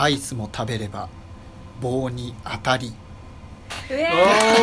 アイスも食べれば棒に当たり。 いいじゃ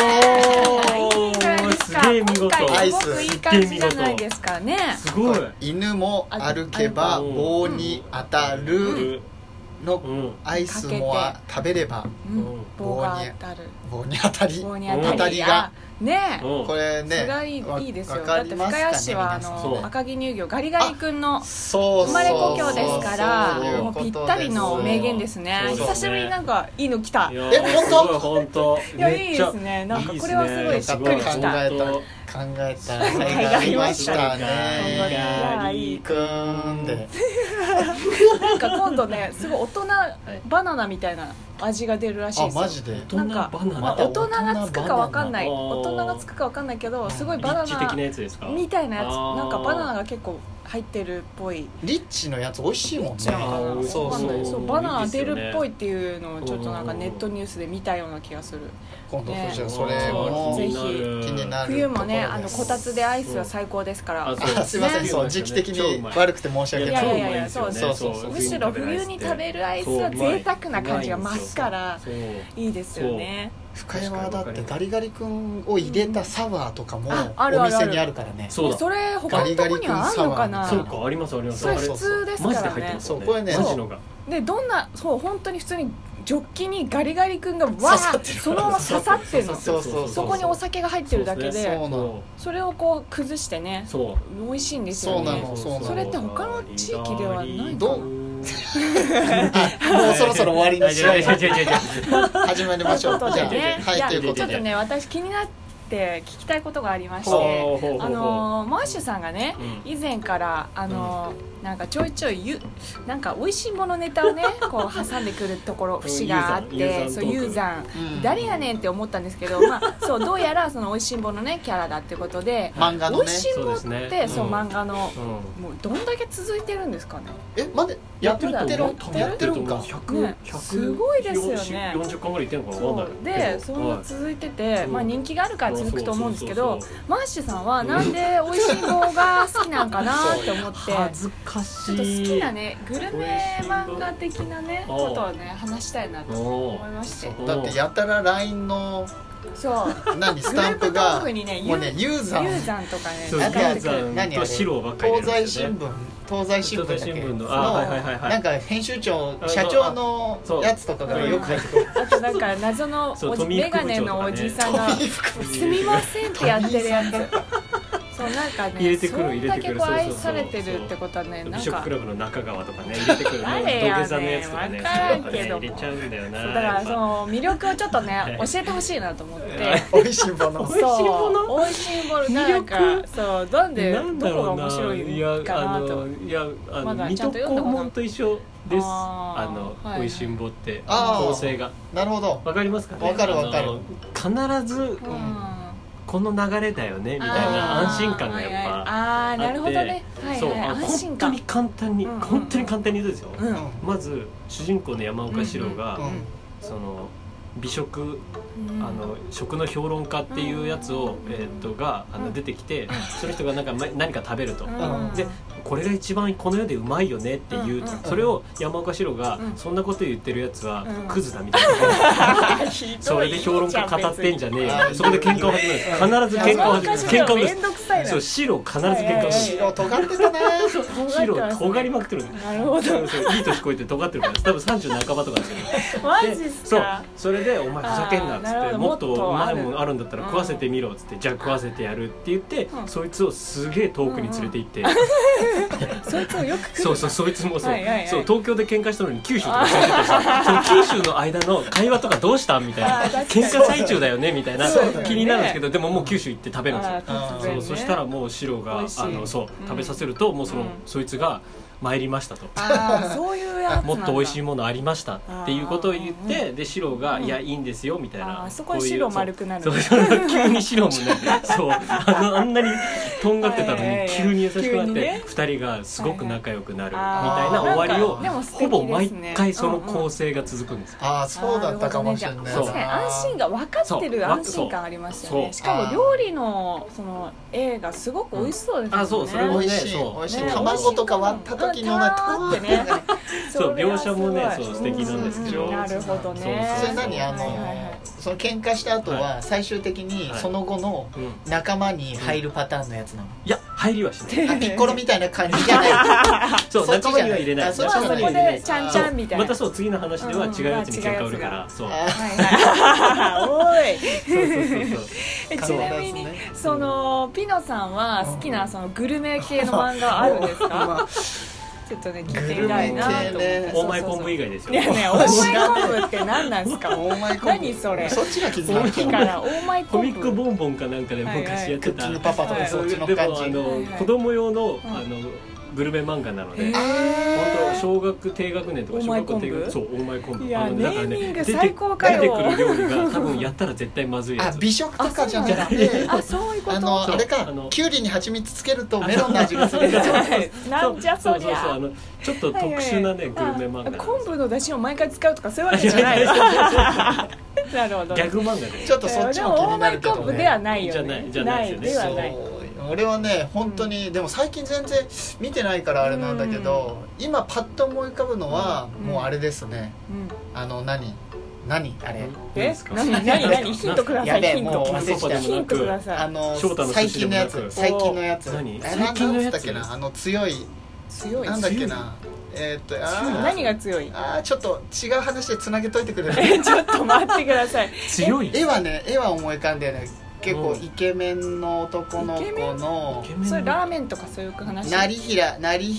ないですか。 すげえ見事。 今回すごくいい感じじゃないですかね。 すごい。 犬も歩けば棒に当たるのアイスも食べれば棒が当たる。 棒に当たり。 棒に当たりがね。 これね、 それがいいですよ。だって深谷市は赤城乳業ガリガリ君の生まれ故郷ですから、もうぴったりの名言ですね。久しぶりになんかいいの来た。 本当。 いやいいですね。なんかこれはすごいしっくりきた。 考えた甲斐がありましたね。 ガリくんで。 なんか今度ね、すごい大人バナナみたいな味が出るらしいですよ。 マジで。 なんか大人がつくかわかんない。大人がつくかわかんないけど、すごいバナナ的なやつですか？ みたいなやつ。なんかバナナが結構入ってるっぽい。 リッチのやつ美味しいもんね。 そうバナナ出るっぽいっていうのをちょっとなんかネットニュースで見たような気がする。 今度それもぜひ気になる。 冬もね、こたつでアイスは最高ですから。 すいません、そう時期的に悪くて申し訳ない。 いやそうむしろ冬に食べるアイスは贅沢な感じが増すからいいですよね。 深山だってガリガリ君を入れたサワーとかもお店にあるからね。 それ他のとこにはあるのかな。 そうか、ありますあります。 それ普通ですからね。 マジで入ってます。 そうこれね。 でどんな本当に普通にジョッキにガリガリ君がわーそのまま刺さってるの。そこにお酒が入ってるだけで、それをこう崩してね、美味しいんですよね。それって他の地域ではないの？ もうそろそろ終わりにしよう。始まりましょう。じゃあはいということで、 ちょっとね私気になって聞きたいことがありまして、マッシュさんがね以前からなんかちょいちょいなんか美味しいものネタをねこう挟んでくるところ節があって、そうユーザン誰やねんって思ったんですけど、そうどうやらその美味しんぼのねキャラだってことで、 漫画のね美味しんぼってそう漫画のもうどんだけ続いてるんですかね。 まだやってるんか。 すごいですよね。 40巻ぐらいいってんのかな。わかんない。 でそんな続いてて、人気があるから続くと思うんですけど、マッシュさんはなんで美味しんぼが好きなんかなって思って、 恥ずかしい。 ちょっと好きなねグルメ漫画的なねことをね話したいなと思いまして。 だってやたら LINE のそうスタンプがもうねユーザンとかね、 ユーザンと白ばっかり。 東西新聞のなんか編集長社長のやつとかがよく入ってくる。 あとなんか謎のメガネのおじさんがすみませんってやってるやつ。そうなんかね、そんだけこう愛されてるってことはね、なんか美食クラブの中川とかね入れてくる誰やねん、 土下座のやつとかね、 分からんけど入れちゃうんだよな。 だからその魅力をちょっとね教えてほしいなと思って。 美味しいもの、 美味しいものなんかそうなんでどこが面白いかなと。まだちゃんと読んだ水戸黄門と一緒です。美味しんぼって構成が。 なるほど。 わかりますかね。 わかる。 必ずこの流れだよねみたいな安心感がやっぱあって、 なるほどね。 そう本当に簡単に言うとですよ。まず主人公の山岡四郎がその美食食の評論家っていうやつをが出てきて、その人が何か食べると、でこれが一番この世でうまいよねっていうと、それを山岡四郎がそんなこと言ってるやつはクズだみたいな、それで評論家語ってんじゃねえよ、そこで喧嘩を始める。必ず喧嘩を始める。喧嘩を始める。そう四郎必ず喧嘩を始める。 四郎尖ってたね。 四郎尖りまくってる。 なるほど。 いい年こいて尖ってるから多分30半ばとかですけど。 マジっすか。 それでお前ふざけんなっつって、もっとうまいもんあるんだったら食わせてみろっつって、じゃあ食わせてやるって言って、そいつをすげえ遠くに連れて行って、 そいつをよく来る。 そうそいつもそう東京で喧嘩したのに九州とか連れてったし、その九州の間の会話とかどうしたみたいな、喧嘩最中だよねみたいな気になるんですけど、でももう九州行って食べるんですよ。そしたらもう四郎が食べさせると、もうそいつが参りましたと、 そういうやつもっと美味しいものありましたっていうことを言って、で四郎がいやいいんですよみたいな、 そこに四郎丸くなる。 急に四郎もね、そうあんなにとんがってたのに急に優しくなって二人がすごく仲良くなるみたいな終わりをほぼ毎回その構成が続くんですよ。 そうだったかもしれない。 確かに安心が分かってる安心感ありますよね。しかも料理のその映画すごく美味しそうですよね。 そうそれもね、 美味しい卵とか割った時のなってね、 そう描写もねそう素敵なんですけど、 なるほどね。 それ何その喧嘩した後は最終的にその後の仲間に入るパターンのやつなの？ いや入りはしない。 ピッコロみたいな感じじゃない。 そう仲間には入れない。 そこでちゃんちゃんみたいな。 またそう次の話では違うやつに喧嘩売るから。そう。おい。 そうちなみにそのピノさんは好きなそのグルメ系の漫画あるんですか？ちょっとね聞いてみたいなと思って。 オーマイ昆布以外ですよ。 いやね、オーマイ昆布って何なんですか？ オーマイ昆布。 何それ？ そっちが気になるからオーマイ昆布。 コミックボンボンかなんかで昔やってた。 クッキングパパとかそっちの感じ。 でも子供用のグルメ漫画なので、本当小学低学年とか小学校低学年そうオーマイ昆布。 いやネーミング出最高かよ。 てくる料理が多分やったら絶対まずいやつ。 美食とかじゃなくて、 そういうこと。 あれか、キュウリに蜂蜜つけるとメロンの味がするやつ。 なんじゃそりゃ。 そうちょっと特殊なねグルメ漫画。 昆布の出汁を毎回使うとかそういうわけじゃないです。なるほど。 ギャグ漫画で。 ちょっとそっちも気になるけどね。 オーマイ昆布ではないよね。 じゃないですよね。 俺はね本当にでも最近全然見てないからあれなんだけど、今パッと思い浮かぶのはもうあれですね。何あれ？ 何ヒントください。 ヒントください。 最近のやつ。最近のやつ。 最近のやつだっけな。強いなんだっけな。 何が強い？ ちょっと違う話でつなげといてくれる？ ちょっと待ってください。 強い。 絵は思い浮かんでね。結構イケメンの男の子のそれラーメンとかそういう話？ 成平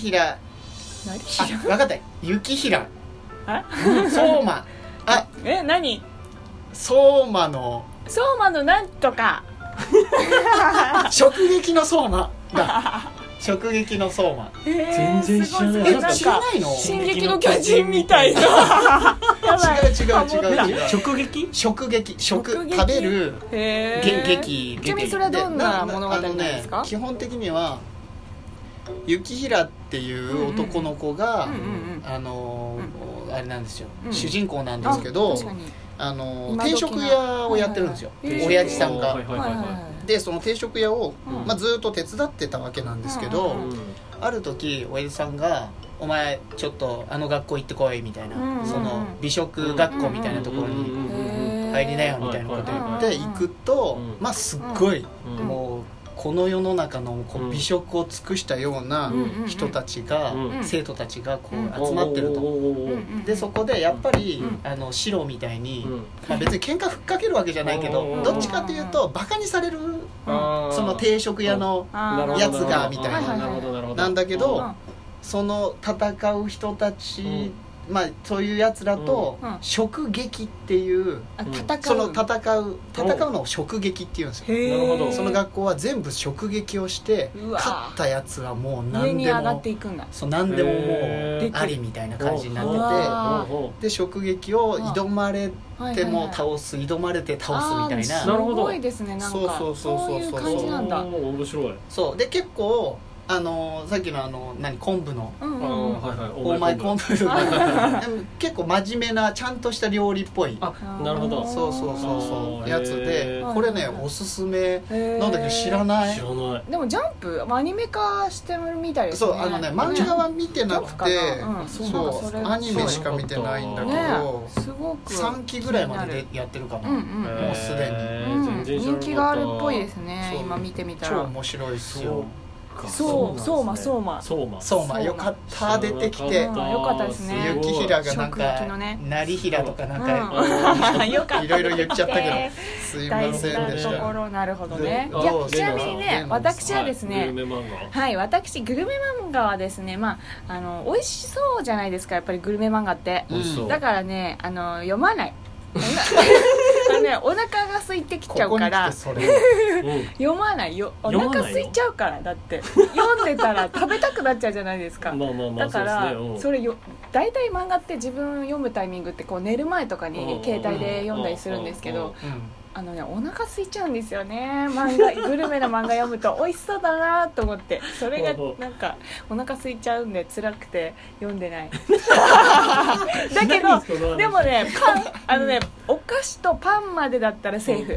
分かった。雪平相馬何？ 相馬のなんとか直撃の相馬だ。直撃の相馬。 全然知らない。 知らないの？ 進撃の巨人みたいな。 違う直撃食べる劇。 ちなみにそれはどんな物語なんですか？ 基本的には雪平っていう男の子があれなんですよ、主人公なんですけど、定食屋をやってるんですよ、親父さんが。でその定食屋をずっと手伝ってたわけなんですけど、ある時親父さんがお前ちょっと学校行ってこいみたいな、その美食学校みたいなところに入りなよみたいなこと言って行くと、すっごいもうこの世の中の美食を尽くしたような人たちが、生徒たちがこう集まってると。でそこでやっぱりシロみたいに、別に喧嘩ふっかけるわけじゃないけど、どっちかっていうとバカにされる、その定食屋のやつがみたいななんだけど、その戦う人たち、そういうやつらと食撃っていうその戦うのを食撃っていうんですよ。その学校は全部食撃をして勝ったやつはもう何でももうありみたいな感じになってて、で食撃を挑まれても倒す、挑まれて倒すみたいな。 すごいですね。なんかそういう感じなんだ。 面白い。 そうで結構さっきの昆布のオーマイ昆布結構真面目なちゃんとした料理っぽい、 なるほど、 そうやつで、これねおすすめなんだけど知らない。 でもジャンプアニメ化してるみたいですね。 そう漫画は見てなくて、そうアニメしか見てないんだけど、3期ぐらいまでやってるかな、もうすでに人気があるっぽいですね。今見てみたら超面白いっすよ。 相馬よかった、出てきてよかったですね。 雪平がなんか成平とかなんかいろいろ言っちゃったけどすいませんでした。 なるほどね。ちなみにね、私はですね、私グルメ漫画はですね、美味しそうじゃないですか、やっぱりグルメ漫画って。だからね読まない。お腹が空いてきちゃうから読まないよ。お腹空いちゃうから。だって読んでたら食べたくなっちゃうじゃないですか。だからそれ大体漫画って自分読むタイミングってこう寝る前とかに携帯で読んだりするんですけど、お腹空いちゃうんですよね。グルメの漫画読むと美味しそうだなと思って、それがなんかお腹空いちゃうんで辛くて読んでないだけどでもねお菓子とパンまでだったらセーフ。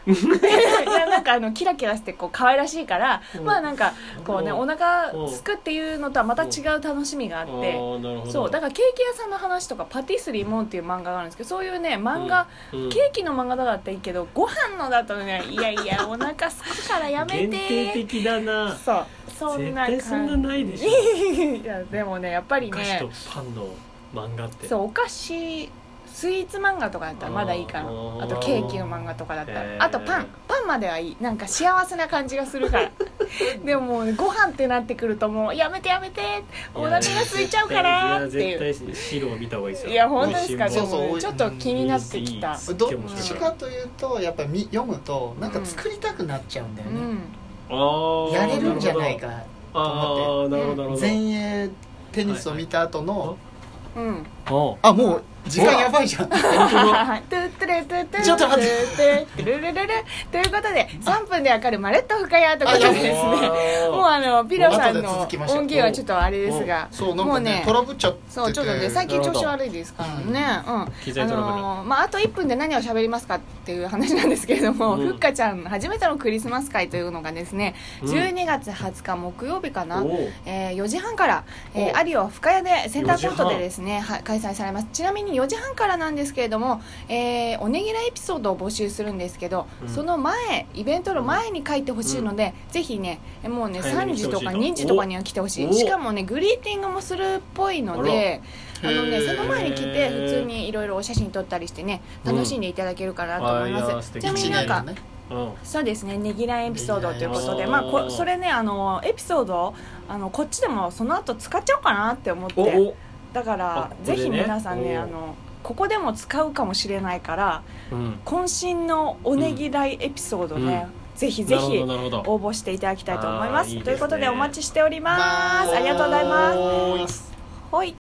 いやなんかキラキラしてこう可愛らしいから、まあなんかこうね、お腹すくっていうのとはまた違う楽しみがあって、そうだからケーキ屋さんの話とかパティスリーモンっていう漫画があるんですけど、そういうね漫画、ケーキの漫画だったらいいけどご飯のだとね、いやいやお腹すくからやめて、 限定的だな。 そうそんな絶対そんなないでしょ。 いやでもねやっぱりね、 お菓子とパンの漫画って、 そうお菓子スイーツ漫画とかだったらまだいいかな、あとケーキの漫画とかだったら、あとパンまではいい、なんか幸せな感じがするからでももうご飯ってなってくるともうやめてやめて、お腹が空いちゃうからっていう。 絶対白を見た方がいいですよ。 いや本当ですか。でもちょっと気になってきた。 どっちかというとやっぱり読むとなんか作りたくなっちゃうんだよね、やれるんじゃないかと思って、前衛テニスを見た後の、あもう時間やばいじゃん。ちょっと待ってということで3分でわかるまるっと深谷ということでですね、もうピロさんの音源はちょっとあれですが、 もうねトラブっちゃってて、 そうちょっとね最近調子悪いですからね、あと1分で何を喋りますかっていう話なんですけれども、ふっかちゃん初めてのクリスマス会というのがですね、12月20日木曜日かな、4時半から有オ深谷でセンターコートでですね開催されます。ちなみに4時半からなんですけれども、おねぎらエピソードを募集するんですけど、その前イベントの前に書いてほしいので、ぜひねもうね3時とか2時とかには来てほしい。しかもねグリーティングもするっぽいので、その前に来て普通にいろいろお写真撮ったりしてね楽しんでいただけるかなと思います。ちなみになんかそうですね、ねぎらエピソードということで、それねエピソードこっちでもその後使っちゃおうかなって思って、だからぜひ皆さんねここでも使うかもしれないから、渾身のおねぎらいエピソードね、ぜひぜひ応募していただきたいと思います。ということでお待ちしております。ありがとうございます。ほい。